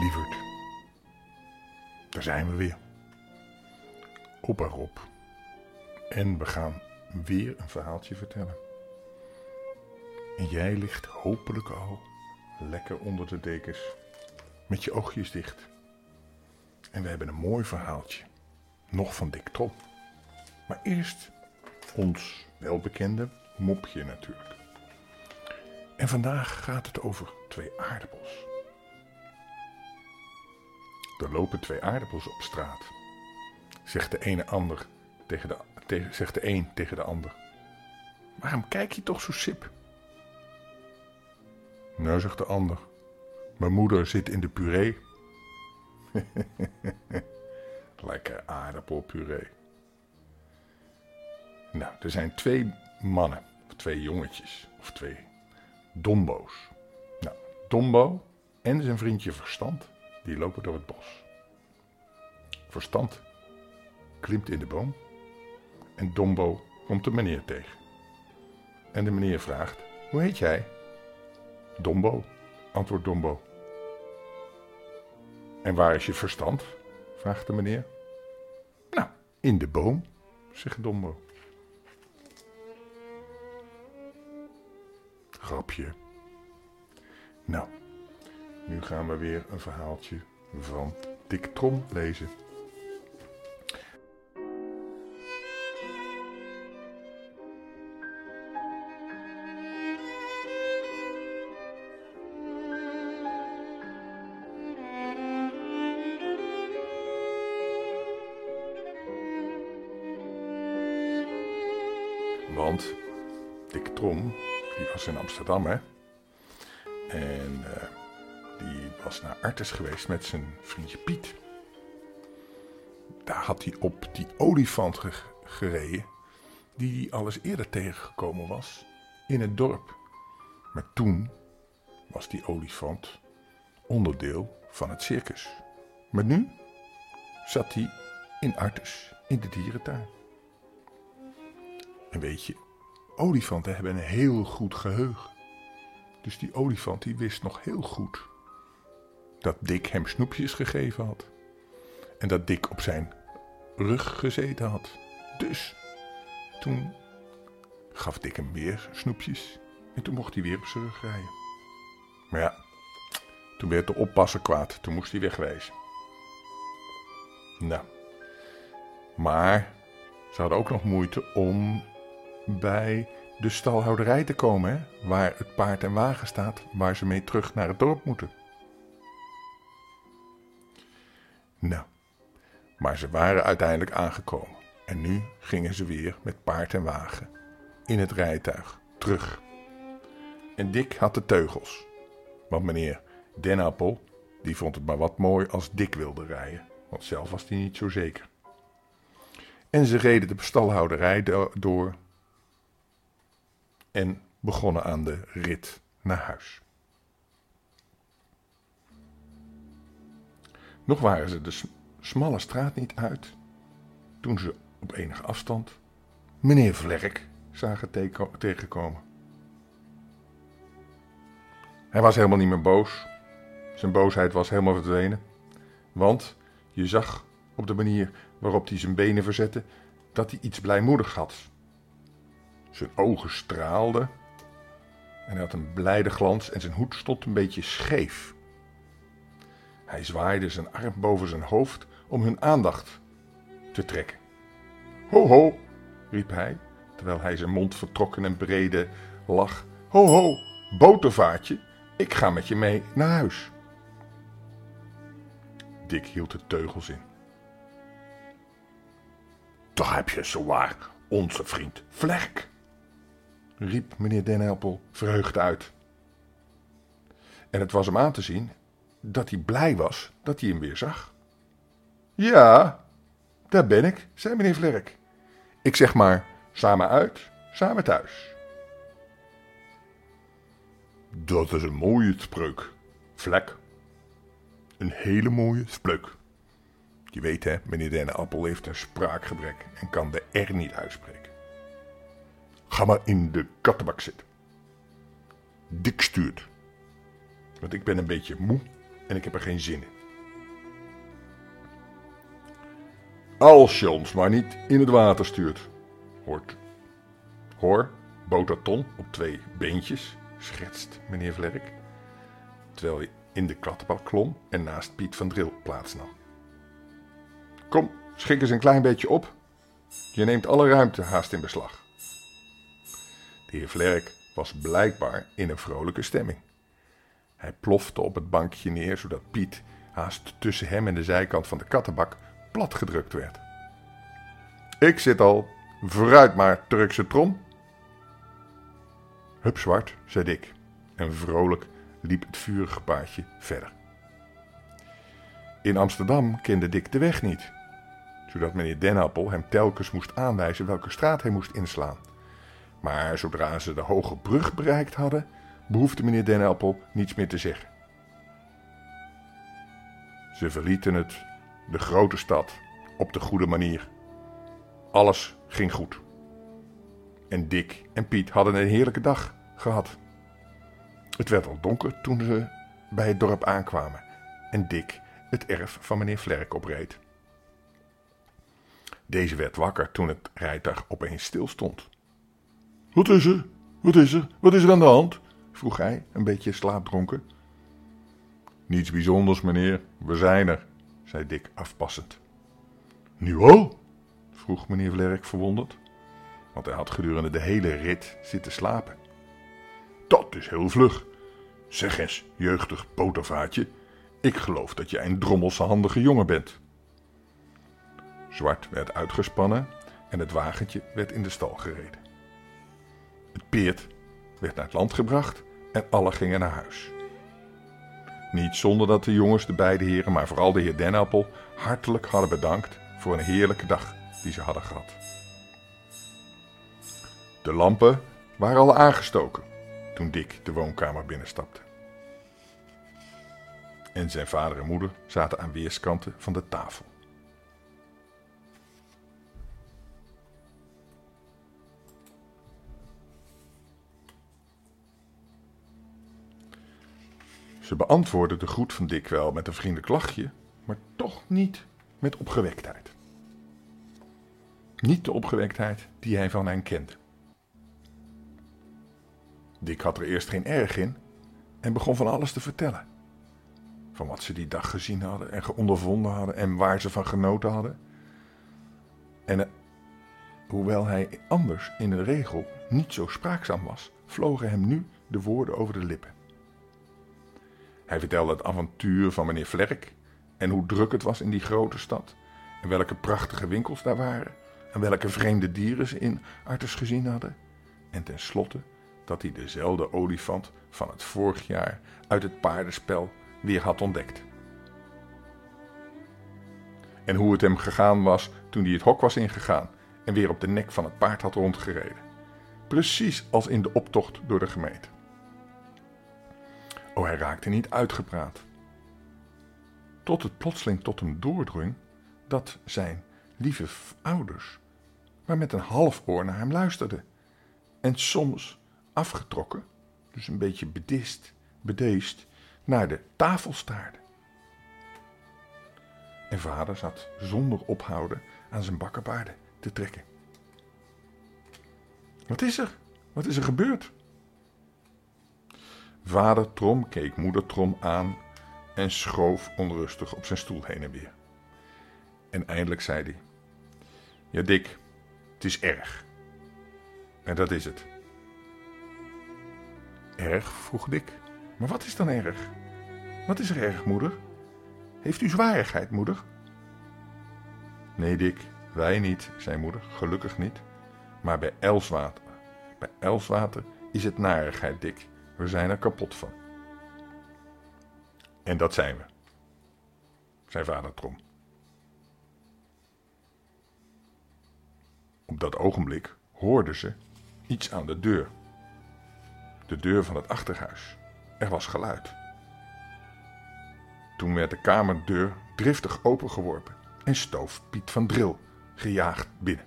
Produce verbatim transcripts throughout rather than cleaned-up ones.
Lievert, daar zijn we weer. Op en op. En we gaan weer een verhaaltje vertellen. En jij ligt hopelijk al lekker onder de dekens met je oogjes dicht. En we hebben een mooi verhaaltje. Nog van Dick Trom. Maar eerst ons welbekende mopje natuurlijk. En vandaag gaat het over twee aardappels. Er lopen twee aardappels op straat. Zegt de ene ander tegen de, tegen, zegt de een tegen de ander. Waarom kijk je toch zo sip? Nou, zegt de ander. Mijn moeder zit in de puree. Lekker aardappelpuree. Nou, er zijn twee mannen, of twee jongetjes, of twee dombo's. Nou, Dombo en zijn vriendje Verstand, die lopen door het bos. Verstand klimt in de boom en Dombo komt de meneer tegen. En de meneer vraagt, hoe heet jij? Dombo, antwoordt Dombo. En waar is je verstand? Vraagt de meneer. Nou, in de boom, zegt Dombo. Grapje. Nou, nu gaan we weer een verhaaltje van Dick Trom lezen. Want Dick Trom, die was in Amsterdam, hè. En uh, die was naar Artes geweest met zijn vriendje Piet. Daar had hij op die olifant ge- gereden, die hij alles eerder tegengekomen was in het dorp. Maar toen was die olifant onderdeel van het circus. Maar nu zat hij in Artes, in de dierentuin. En weet je, olifanten hebben een heel goed geheugen. Dus die olifant die wist nog heel goed dat Dick hem snoepjes gegeven had. En dat Dick op zijn rug gezeten had. Dus toen gaf Dick hem weer snoepjes. En toen mocht hij weer op zijn rug rijden. Maar ja, toen werd de oppasser kwaad. Toen moest hij wegwezen. Nou, maar ze hadden ook nog moeite om bij de stalhouderij te komen, hè? Waar het paard en wagen staat, waar ze mee terug naar het dorp moeten. Nou, maar ze waren uiteindelijk aangekomen. En nu gingen ze weer met paard en wagen in het rijtuig terug. En Dick had de teugels. Want meneer Den Appel, die vond het maar wat mooi als Dick wilde rijden. Want zelf was hij niet zo zeker. En ze reden de stalhouderij do- door en begonnen aan de rit naar huis. Nog waren ze de s- smalle straat niet uit, toen ze op enige afstand meneer Vlerk zagen teko- tegenkomen. Hij was helemaal niet meer boos. Zijn boosheid was helemaal verdwenen. Want je zag op de manier waarop hij zijn benen verzette, dat hij iets blijmoedigs had. Zijn ogen straalden en hij had een blijde glans en zijn hoed stond een beetje scheef. Hij zwaaide zijn arm boven zijn hoofd om hun aandacht te trekken. Ho ho, riep hij, terwijl hij zijn mond vertrokken en brede lag. Ho ho, botervaartje, ik ga met je mee naar huis. Dick hield de teugels in. Daar heb je zowaar onze vriend Vlerk, riep meneer Den Appel verheugd uit. En het was hem aan te zien dat hij blij was dat hij hem weer zag. Ja, daar ben ik, zei meneer Vlerk. Ik zeg maar, samen uit, samen thuis. Dat is een mooie spreuk, Vlek. Een hele mooie spreuk. Je weet hè, meneer Den Appel heeft een spraakgebrek en kan de R niet uitspreken. Ga maar in de kattenbak zitten. Dick stuurt. Want ik ben een beetje moe en ik heb er geen zin in. Als je ons maar niet in het water stuurt. Hoort. Hoor, boter Ton op twee beentjes, schetst meneer Vlerk, terwijl hij in de kattenbak klom en naast Piet van Dril plaatsnam. Kom, schik eens een klein beetje op. Je neemt alle ruimte haast in beslag. De heer Vlerk was blijkbaar in een vrolijke stemming. Hij plofte op het bankje neer, zodat Piet haast tussen hem en de zijkant van de kattenbak platgedrukt werd. Ik zit al, vooruit maar, Turkse trom. Hup zwart, zei Dick, en vrolijk liep het vurige paardje verder. In Amsterdam kende Dick de weg niet, zodat meneer Dennenappel hem telkens moest aanwijzen welke straat hij moest inslaan. Maar zodra ze de hoge brug bereikt hadden, behoefde meneer Dennenappel niets meer te zeggen. Ze verlieten het, de grote stad, op de goede manier. Alles ging goed. En Dick en Piet hadden een heerlijke dag gehad. Het werd al donker toen ze bij het dorp aankwamen en Dick het erf van meneer Vlerk opreed. Deze werd wakker toen het rijtuig opeens stilstond. Wat is er? Wat is er? Wat is er aan de hand? Vroeg hij, een beetje slaapdronken. Niets bijzonders, meneer. We zijn er, zei Dick afpassend. Nu al? Vroeg meneer Vlerk verwonderd, want hij had gedurende de hele rit zitten slapen. Dat is heel vlug. Zeg eens, jeugdig potervaatje, ik geloof dat jij een drommelse handige jongen bent. Zwart werd uitgespannen en het wagentje werd in de stal gereden. Het peerd werd naar het land gebracht en alle gingen naar huis. Niet zonder dat de jongens de beide heren, maar vooral de heer Dennenappel, hartelijk hadden bedankt voor een heerlijke dag die ze hadden gehad. De lampen waren al aangestoken toen Dick de woonkamer binnenstapte. En zijn vader en moeder zaten aan weerskanten van de tafel. Ze beantwoordde de groet van Dick wel met een vriendelijk lachje, maar toch niet met opgewektheid. Niet de opgewektheid die hij van hen kende. Dick had er eerst geen erg in en begon van alles te vertellen. Van wat ze die dag gezien hadden en ondervonden hadden en waar ze van genoten hadden. En uh, hoewel hij anders in de regel niet zo spraakzaam was, vlogen hem nu de woorden over de lippen. Hij vertelde het avontuur van meneer Vlerk en hoe druk het was in die grote stad en welke prachtige winkels daar waren en welke vreemde dieren ze in Artes gezien hadden. En tenslotte dat hij dezelfde olifant van het vorig jaar uit het paardenspel weer had ontdekt. En hoe het hem gegaan was toen hij het hok was ingegaan en weer op de nek van het paard had rondgereden. Precies als in de optocht door de gemeente. Oh, hij raakte niet uitgepraat. Tot het plotseling tot hem doordrong dat zijn lieve ouders maar met een half oor naar hem luisterden. En soms afgetrokken, dus een beetje bedist, bedeesd, naar de tafel staarden. En vader zat zonder ophouden aan zijn bakkebaarden te trekken. Wat is er? Wat is er gebeurd? Vader Trom keek moeder Trom aan en schoof onrustig op zijn stoel heen en weer. En eindelijk zei hij: Ja, Dick, het is erg. En dat is het. Erg? Vroeg Dick. Maar wat is dan erg? Wat is er erg, moeder? Heeft u zwarigheid, moeder? Nee, Dick, wij niet, zei moeder, gelukkig niet. Maar bij Elswater. Bij Elswater is het narigheid, Dick. We zijn er kapot van. En dat zijn we, zei vader Trom. Op dat ogenblik hoorden ze iets aan de deur. De deur van het achterhuis. Er was geluid. Toen werd de kamerdeur driftig opengeworpen en stoof Piet van Dril gejaagd binnen.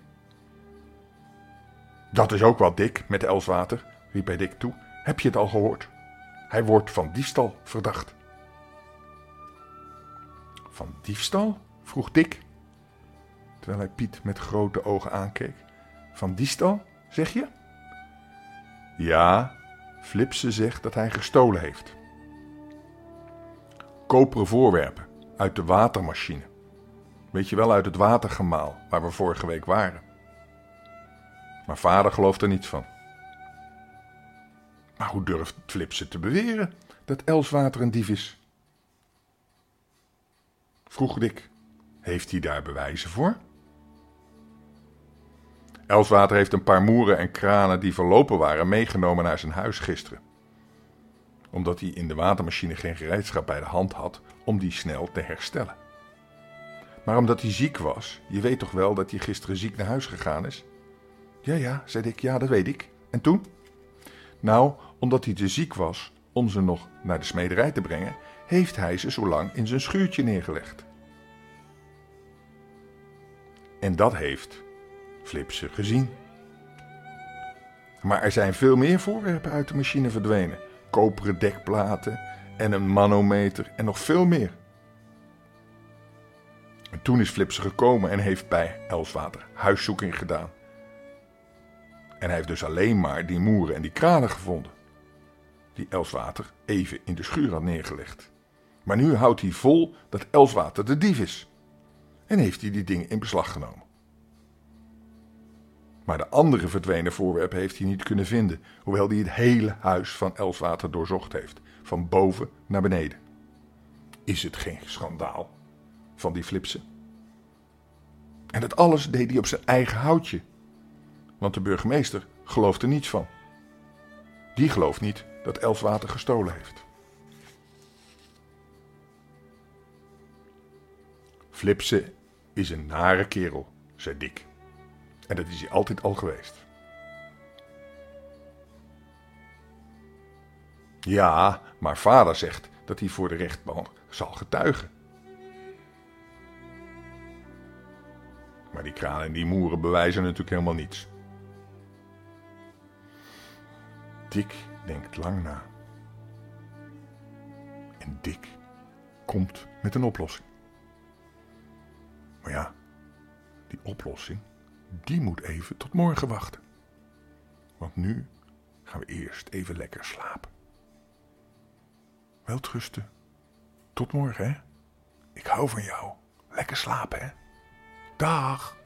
Dat is ook wat, Dick, met Elswater, riep hij Dick toe. Heb je het al gehoord? Hij wordt van diefstal verdacht. Van diefstal? Vroeg Dick. terwijl hij Piet met grote ogen aankeek. Van diefstal, zeg je? Ja, Flipse zegt dat hij gestolen heeft. Koperen voorwerpen uit de watermachine. Weet je wel, uit het watergemaal waar we vorige week waren. Maar vader gelooft er niets van. Maar hoe durft Flipse te beweren dat Elswater een dief is? Vroeg Dick, heeft hij daar bewijzen voor? Elswater heeft een paar moeren en kranen die verlopen waren meegenomen naar zijn huis gisteren. Omdat hij in de watermachine geen gereedschap bij de hand had om die snel te herstellen. Maar omdat hij ziek was, je weet toch wel dat hij gisteren ziek naar huis gegaan is? Ja, ja, zei ik, ja, dat weet ik. En toen? Nou, omdat hij te ziek was om ze nog naar de smederij te brengen, heeft hij ze zo lang in zijn schuurtje neergelegd. En dat heeft Flipse gezien. Maar er zijn veel meer voorwerpen uit de machine verdwenen. Koperen dekplaten en een manometer en nog veel meer. En toen is Flipse gekomen en heeft bij Elswater huiszoeking gedaan. En hij heeft dus alleen maar die moeren en die kranen gevonden, die Elswater even in de schuur had neergelegd. Maar nu houdt hij vol dat Elswater de dief is. En heeft hij die dingen in beslag genomen. Maar de andere verdwenen voorwerpen heeft hij niet kunnen vinden, hoewel hij het hele huis van Elswater doorzocht heeft, van boven naar beneden. Is het geen schandaal van die Flipse? En dat alles deed hij op zijn eigen houtje, want de burgemeester gelooft er niets van. Die gelooft niet dat Elswater gestolen heeft. Flipse is een nare kerel, zei Dick. En dat is hij altijd al geweest. Ja, maar vader zegt dat hij voor de rechtbank zal getuigen. Maar die kranen en die moeren bewijzen natuurlijk helemaal niets. Dick denkt lang na. En Dick komt met een oplossing. Maar ja, die oplossing, die moet even tot morgen wachten. Want nu gaan we eerst even lekker slapen. Welterusten. Tot morgen, hè? Ik hou van jou. Lekker slapen, hè? Dag!